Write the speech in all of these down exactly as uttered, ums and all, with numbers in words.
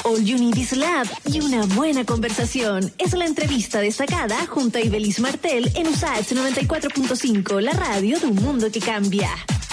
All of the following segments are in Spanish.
All You Need is Love y una buena conversación. Es la entrevista destacada junto a Ibelis Martel en U S A H noventa y cuatro punto cinco, la radio de un mundo que cambia.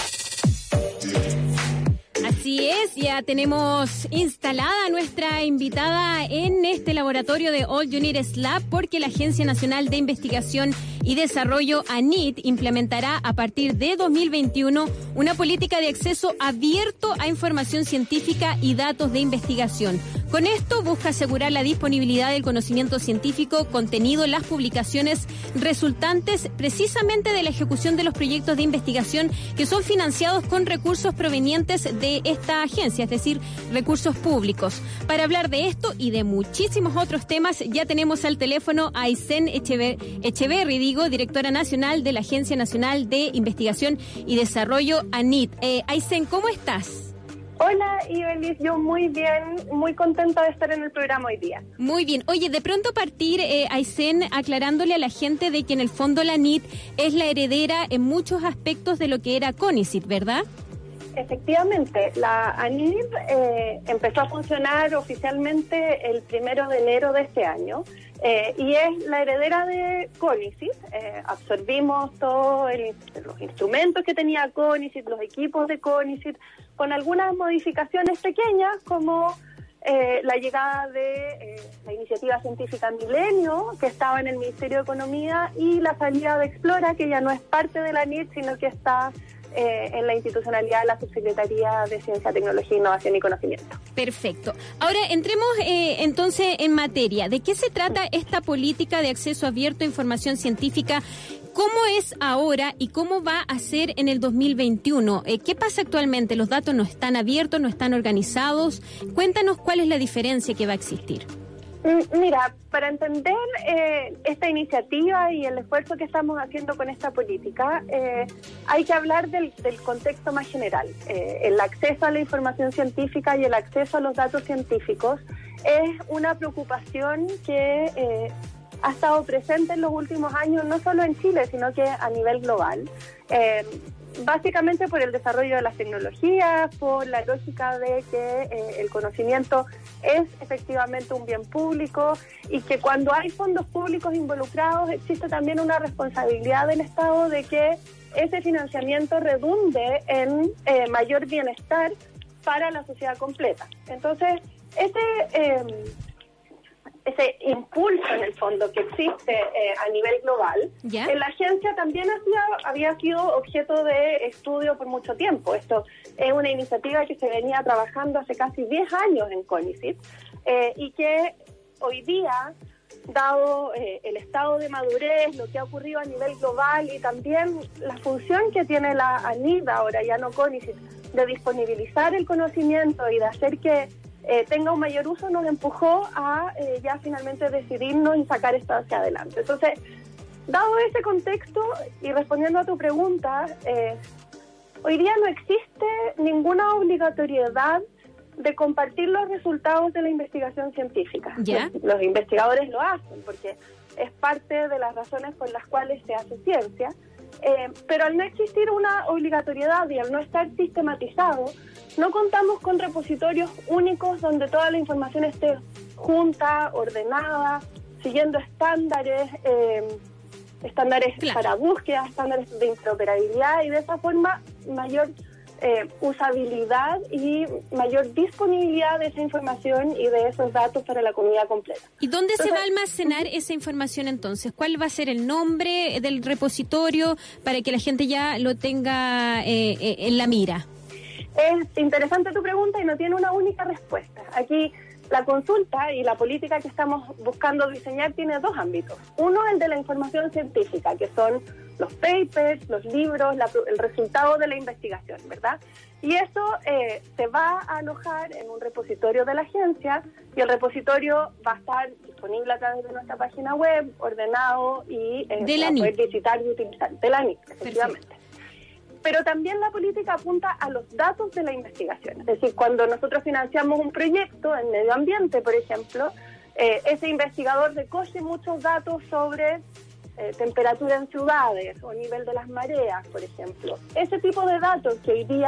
Así es, ya tenemos instalada a nuestra invitada en este laboratorio de All You Need is Lab, porque la Agencia Nacional de Investigación y Desarrollo, ANID, implementará a partir de dos mil veintiuno una política de acceso abierto a información científica y datos de investigación. Con esto busca asegurar la disponibilidad del conocimiento científico contenido en las publicaciones resultantes precisamente de la ejecución de los proyectos de investigación que son financiados con recursos provenientes de esta agencia, es decir, recursos públicos. Para hablar de esto y de muchísimos otros temas, ya tenemos al teléfono a Aysén Echever- Echeverry, digo, directora nacional de la Agencia Nacional de Investigación y Desarrollo, ANID. Eh, Aysén, ¿cómo estás? Hola, Ibelis, yo muy bien, muy contenta de estar en el programa hoy día. Muy bien. Oye, de pronto partir, eh, Aysén, aclarándole a la gente de que en el fondo la ANID es la heredera en muchos aspectos de lo que era CONICIT, ¿verdad? Efectivamente, la ANID eh, empezó a funcionar oficialmente el primero de enero de este año eh, y es la heredera de CONICIT. Eh, absorbimos todos los instrumentos que tenía CONICIT, los equipos de CONICIT, con algunas modificaciones pequeñas como eh, la llegada de eh, la iniciativa científica Milenio, que estaba en el Ministerio de Economía, y la salida de Explora, que ya no es parte de la ANID, sino que está Eh, en la institucionalidad de la Subsecretaría de Ciencia, Tecnología, Innovación y Conocimiento. Perfecto. Ahora entremos eh, entonces en materia. ¿De qué se trata esta política de acceso abierto a información científica? ¿Cómo es ahora y cómo va a ser en el dos mil veintiuno? Eh, ¿Qué pasa actualmente? ¿Los datos no están abiertos, no están organizados? Cuéntanos cuál es la diferencia que va a existir. Mira, para entender eh, esta iniciativa y el esfuerzo que estamos haciendo con esta política, eh, hay que hablar del, del contexto más general. Eh, el acceso a la información científica y el acceso a los datos científicos es una preocupación que eh, ha estado presente en los últimos años, no solo en Chile, sino que a nivel global. Eh, Básicamente por el desarrollo de las tecnologías, por la lógica de que eh, el conocimiento es efectivamente un bien público y que cuando hay fondos públicos involucrados existe también una responsabilidad del Estado de que ese financiamiento redunde en eh, mayor bienestar para la sociedad completa. Entonces, ese... Eh, ese impulso en el fondo que existe eh, a nivel global, ¿Ya? en la agencia también hacía, había sido objeto de estudio por mucho tiempo. Esto es una iniciativa que se venía trabajando hace casi diez años en CONICIT eh, y que hoy día, dado eh, el estado de madurez, lo que ha ocurrido a nivel global y también la función que tiene la ANID ahora, ya no CONICIT, de disponibilizar el conocimiento y de hacer que Eh, tenga un mayor uso, nos empujó a eh, ya finalmente decidirnos y sacar esto hacia adelante. Entonces, dado ese contexto y respondiendo a tu pregunta, eh, hoy día no existe ninguna obligatoriedad de compartir los resultados de la investigación científica. ¿Ya? Los, los investigadores lo hacen porque es parte de las razones por las cuales se hace ciencia, eh, pero al no existir una obligatoriedad y al no estar sistematizado, no contamos con repositorios únicos donde toda la información esté junta, ordenada, siguiendo estándares, eh, estándares claro. para búsqueda, estándares de interoperabilidad y de esa forma mayor eh, usabilidad y mayor disponibilidad de esa información y de esos datos para la comunidad completa. ¿Y dónde Entonces, se va a almacenar esa información entonces? ¿Cuál va a ser el nombre del repositorio para que la gente ya lo tenga eh, eh, en la mira? Es interesante tu pregunta y no tiene una única respuesta. Aquí la consulta y la política que estamos buscando diseñar tiene dos ámbitos. Uno, el de la información científica, que son los papers, los libros, la, el resultado de la investigación, ¿verdad? Y eso eh, se va a alojar en un repositorio de la agencia y el repositorio va a estar disponible a través de nuestra página web, ordenado y eh, de la para poder ANID. visitar y utilizar. De la ANID, efectivamente. Perfecto. Pero también la política apunta a los datos de la investigación. Es decir, cuando nosotros financiamos un proyecto en medio ambiente, por ejemplo, eh, ese investigador recoge muchos datos sobre eh, temperatura en ciudades o nivel de las mareas, por ejemplo. Ese tipo de datos que hoy día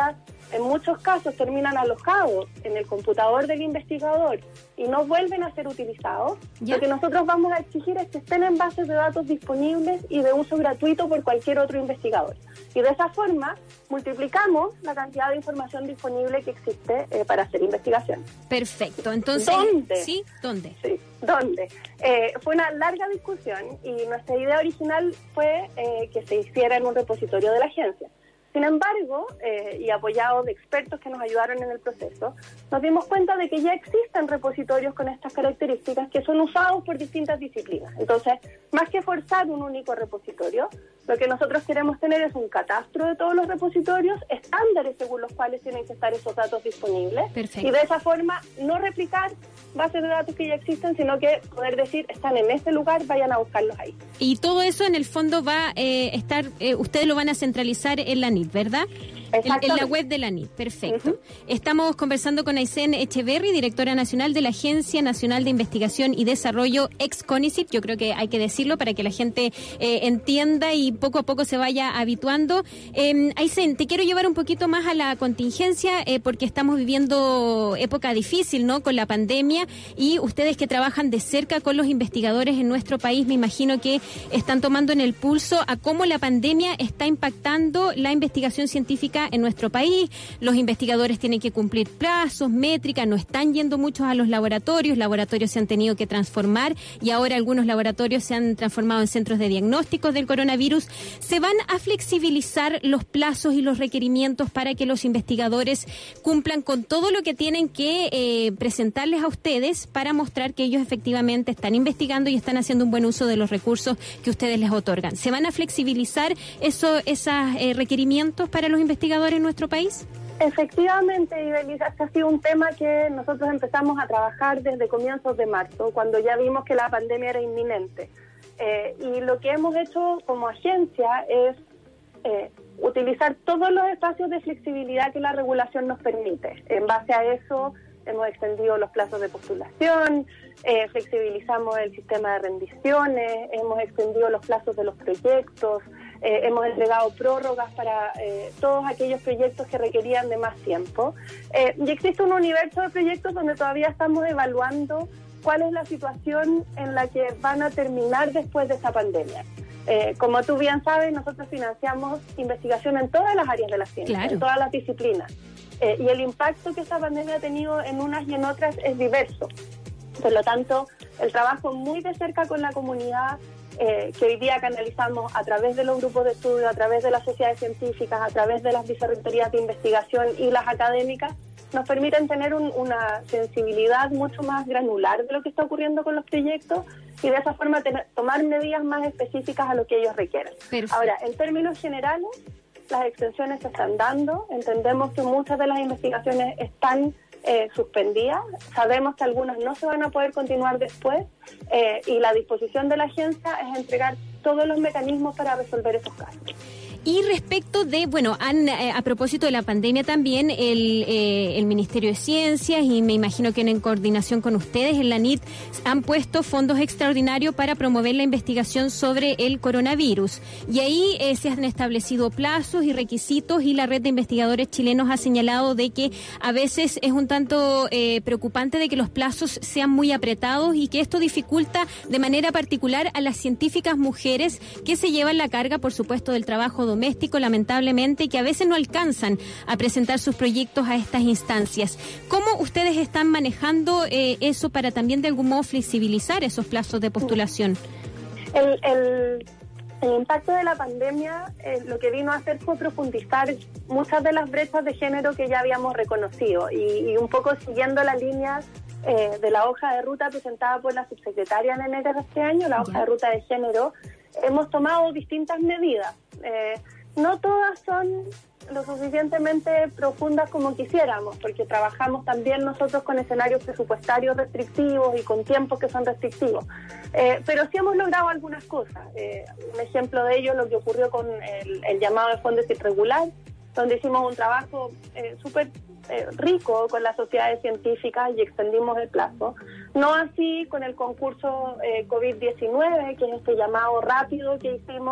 en muchos casos terminan alojados en el computador del investigador y no vuelven a ser utilizados, ¿ya? Lo que nosotros vamos a exigir es que estén en bases de datos disponibles y de uso gratuito por cualquier otro investigador. Y de esa forma multiplicamos la cantidad de información disponible que existe eh, para hacer investigación. Perfecto. Entonces, ¿dónde? ¿Sí? ¿Dónde? Sí, ¿dónde? Eh, fue una larga discusión y nuestra idea original fue eh, que se hiciera en un repositorio de la agencia. Sin embargo, eh, y apoyados de expertos que nos ayudaron en el proceso, nos dimos cuenta de que ya existen repositorios con estas características que son usados por distintas disciplinas. Entonces, más que forzar un único repositorio, lo que nosotros queremos tener es un catastro de todos los repositorios, estándares según los cuales tienen que estar esos datos disponibles. Perfecto. Y de esa forma no replicar bases de datos que ya existen, sino que poder decir, están en este lugar, vayan a buscarlos ahí. Y todo eso en el fondo va a eh, estar, eh, ustedes lo van a centralizar en la N I T, ¿verdad? En, en la web de la N I T, perfecto. Uh-huh. Estamos conversando con Aysén Echeverry, directora nacional de la Agencia Nacional de Investigación y Desarrollo, ex CONICIT. Yo creo que hay que decirlo para que la gente eh, entienda y poco a poco se vaya habituando. Eh, Aysén, te quiero llevar un poquito más a la contingencia eh, porque estamos viviendo época difícil, ¿no? Con la pandemia, y ustedes que trabajan de cerca con los investigadores en nuestro país, me imagino que están tomando en el pulso a cómo la pandemia está impactando la investigación científica en nuestro país. Los investigadores tienen que cumplir plazos, métricas, no están yendo muchos a los laboratorios, laboratorios se han tenido que transformar y ahora algunos laboratorios se han transformado en centros de diagnósticos del coronavirus. ¿Se van a flexibilizar los plazos y los requerimientos para que los investigadores cumplan con todo lo que tienen que eh, presentarles a ustedes para mostrar que ellos efectivamente están investigando y están haciendo un buen uso de los recursos que ustedes les otorgan? ¿Se van a flexibilizar eso, esos eh, requerimientos para los investigadores en nuestro país? Efectivamente, Ibeliz, este ha sido un tema que nosotros empezamos a trabajar desde comienzos de marzo, cuando ya vimos que la pandemia era inminente. Eh, y lo que hemos hecho como agencia es eh, utilizar todos los espacios de flexibilidad que la regulación nos permite. En base a eso, hemos extendido los plazos de postulación, eh, flexibilizamos el sistema de rendiciones, hemos extendido los plazos de los proyectos, eh, hemos entregado prórrogas para eh, todos aquellos proyectos que requerían de más tiempo. Eh, y existe un universo de proyectos donde todavía estamos evaluando cuál es la situación en la que van a terminar después de esta pandemia. Eh, como tú bien sabes, nosotros financiamos investigación en todas las áreas de la ciencia, claro, en todas las disciplinas. Eh, y el impacto que esta pandemia ha tenido en unas y en otras es diverso. Por lo tanto, el trabajo muy de cerca con la comunidad, eh, que hoy día canalizamos a través de los grupos de estudio, a través de las sociedades científicas, a través de las vicerrectorías de investigación y las académicas, nos permiten tener un, una sensibilidad mucho más granular de lo que está ocurriendo con los proyectos y de esa forma tener, tomar medidas más específicas a lo que ellos requieren. Perfecto. Ahora, en términos generales, las extensiones se están dando, entendemos que muchas de las investigaciones están eh, suspendidas, sabemos que algunas no se van a poder continuar después eh, y la disposición de la agencia es entregar todos los mecanismos para resolver esos casos. Y respecto de, bueno, han, eh, a propósito de la pandemia también, el, eh, el Ministerio de Ciencias y me imagino que en coordinación con ustedes en la N I T han puesto fondos extraordinarios para promover la investigación sobre el coronavirus. Y ahí eh, se han establecido plazos y requisitos y la red de investigadores chilenos ha señalado de que a veces es un tanto eh, preocupante de que los plazos sean muy apretados y que esto dificulta de manera particular a las científicas mujeres que se llevan la carga, por supuesto, del trabajo doméstico, lamentablemente, que a veces no alcanzan a presentar sus proyectos a estas instancias. ¿Cómo ustedes están manejando eh, eso para también de algún modo flexibilizar esos plazos de postulación? El, el, el impacto de la pandemia eh, lo que vino a hacer fue profundizar muchas de las brechas de género que ya habíamos reconocido y, y un poco siguiendo las líneas eh, de la hoja de ruta presentada por la subsecretaria en enero de este año, la hoja de ruta de género. Hemos tomado distintas medidas. Eh, no todas son lo suficientemente profundas como quisiéramos, porque trabajamos también nosotros con escenarios presupuestarios restrictivos y con tiempos que son restrictivos. Eh, pero sí hemos logrado algunas cosas. Eh, un ejemplo de ello es lo que ocurrió con el, el llamado de fondos irregular, donde hicimos un trabajo eh, súper eh, rico con las sociedades científicas y extendimos el plazo. No así con el concurso eh, COVID diecinueve, que es este llamado rápido que hicimos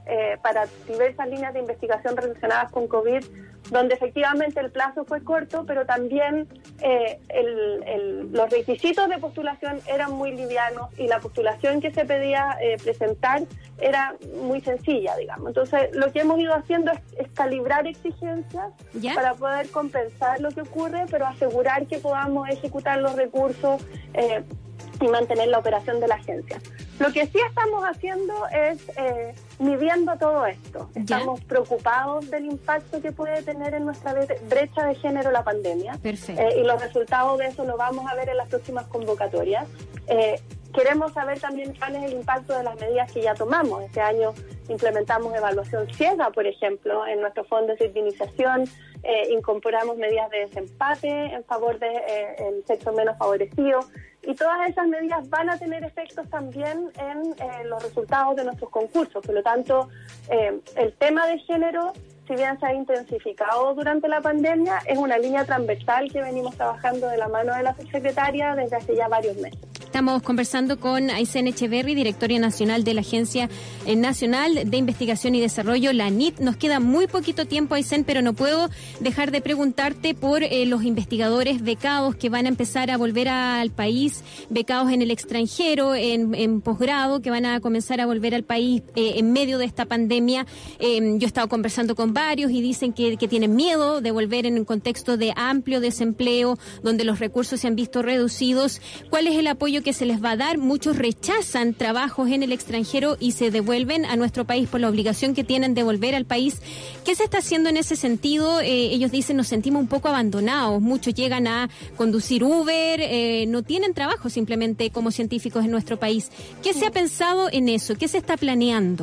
eh, para diversas líneas de investigación relacionadas con COVID, donde efectivamente el plazo fue corto, pero también eh, el, el, los requisitos de postulación eran muy livianos y la postulación que se pedía eh, presentar era muy sencilla, digamos. Entonces, lo que hemos ido haciendo es, es calibrar exigencias ¿Ya? para poder compensar lo que ocurre, pero asegurar que podamos ejecutar los recursos eh, y mantener la operación de la agencia. Lo que sí estamos haciendo es eh, midiendo todo esto. Estamos ¿Ya? preocupados del impacto que puede tener en nuestra brecha de género la pandemia. Perfecto. Eh, y los resultados de eso lo vamos a ver en las próximas convocatorias. Eh, queremos saber también cuál es el impacto de las medidas que ya tomamos. Este año implementamos evaluación ciega, por ejemplo, en nuestro fondo de civilización. Eh, incorporamos medidas de desempate en favor del de, eh, sexo menos favorecido. Y todas esas medidas van a tener efectos también en eh, los resultados de nuestros concursos. Por lo tanto, eh, el tema de género, si bien se ha intensificado durante la pandemia, es una línea transversal que venimos trabajando de la mano de la subsecretaria desde hace ya varios meses. Estamos conversando con Aysén Echeverry, directora nacional de la Agencia Nacional de Investigación y Desarrollo, la A N I T. Nos queda muy poquito tiempo, Aysén, pero no puedo dejar de preguntarte por eh, los investigadores becados que van a empezar a volver a, al país, becados en el extranjero, en, en posgrado, que van a comenzar a volver al país eh, en medio de esta pandemia. Eh, yo he estado conversando con varios y dicen que, que tienen miedo de volver en un contexto de amplio desempleo, donde los recursos se han visto reducidos. ¿Cuál es el apoyo que se les va a dar? Muchos rechazan trabajos en el extranjero y se devuelven a nuestro país por la obligación que tienen de volver al país. ¿Qué se está haciendo en ese sentido? Eh, ellos dicen, nos sentimos un poco abandonados. Muchos llegan a conducir Uber, eh, no tienen trabajo simplemente como científicos en nuestro país. ¿Qué se ha pensado en eso? ¿Qué se está planeando?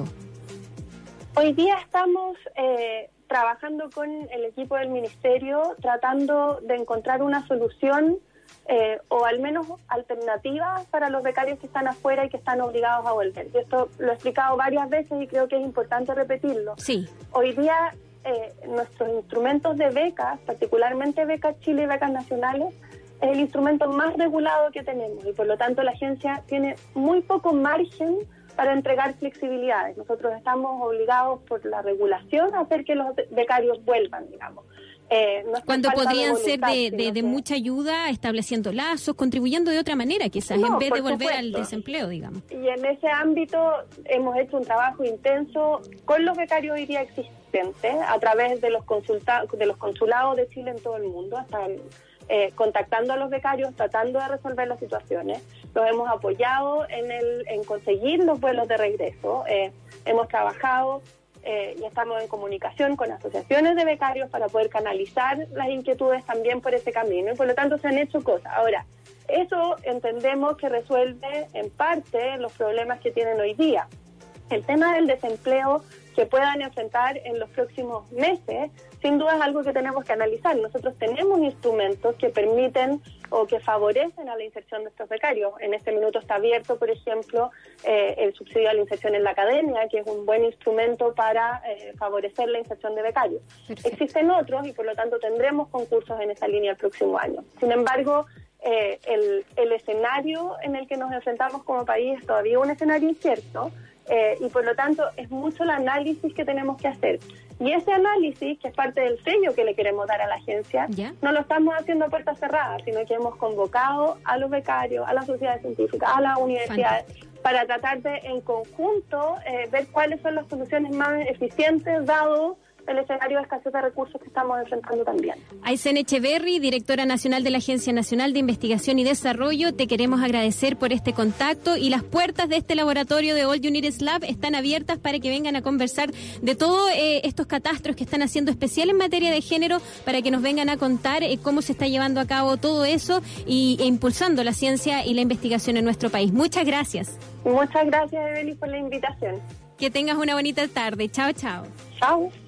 Hoy día estamos eh, trabajando con el equipo del Ministerio tratando de encontrar una solución Eh, o al menos alternativas para los becarios que están afuera y que están obligados a volver. Y esto lo he explicado varias veces y creo que es importante repetirlo. Sí. Hoy día eh, nuestros instrumentos de becas, particularmente Becas Chile y becas nacionales, es el instrumento más regulado que tenemos y por lo tanto la agencia tiene muy poco margen para entregar flexibilidades. Nosotros estamos obligados por la regulación a hacer que los becarios vuelvan, digamos. Eh, no Cuando podrían de voluntad, ser de, de, de mucha ayuda, estableciendo lazos, contribuyendo de otra manera, quizás, no, en vez de volver supuesto. al desempleo, digamos. Y en ese ámbito hemos hecho un trabajo intenso con los becarios hoy día existentes, a través de los, consulta de los consulados de Chile en todo el mundo, hasta eh, contactando a los becarios, tratando de resolver las situaciones. Los hemos apoyado en, el, en conseguir los vuelos de regreso. Eh, hemos trabajado Eh, y estamos en comunicación con asociaciones de becarios para poder canalizar las inquietudes también por ese camino y por lo tanto se han hecho cosas. Ahora, eso entendemos que resuelve en parte los problemas que tienen hoy día. El tema del desempleo que puedan enfrentar en los próximos meses, sin duda es algo que tenemos que analizar. Nosotros tenemos instrumentos que permiten o que favorecen a la inserción de estos becarios. En este minuto está abierto, por ejemplo, eh, el subsidio a la inserción en la academia, que es un buen instrumento para eh, favorecer la inserción de becarios. Perfecto. Existen otros y por lo tanto tendremos concursos en esa línea el próximo año. Sin embargo, eh, el, el escenario en el que nos enfrentamos como país es todavía un escenario incierto. Eh, y por lo tanto es mucho el análisis que tenemos que hacer. Y ese análisis, que es parte del sello que le queremos dar a la agencia, ¿Ya? no lo estamos haciendo a puertas cerradas, sino que hemos convocado a los becarios, a las sociedades científicas, a las universidades, Fantástico. para tratar de en conjunto eh, ver cuáles son las soluciones más eficientes dado el escenario de escasez de recursos que estamos enfrentando también. Aysén Echeverry, directora nacional de la Agencia Nacional de Investigación y Desarrollo, te queremos agradecer por este contacto y las puertas de este laboratorio de All You Need Is Lab están abiertas para que vengan a conversar de todos eh, estos catastros que están haciendo especial en materia de género, para que nos vengan a contar eh, cómo se está llevando a cabo todo eso y, e impulsando la ciencia y la investigación en nuestro país. Muchas gracias. Muchas gracias, Evelyn, por la invitación. Que tengas una bonita tarde. Chao, chao. Chao.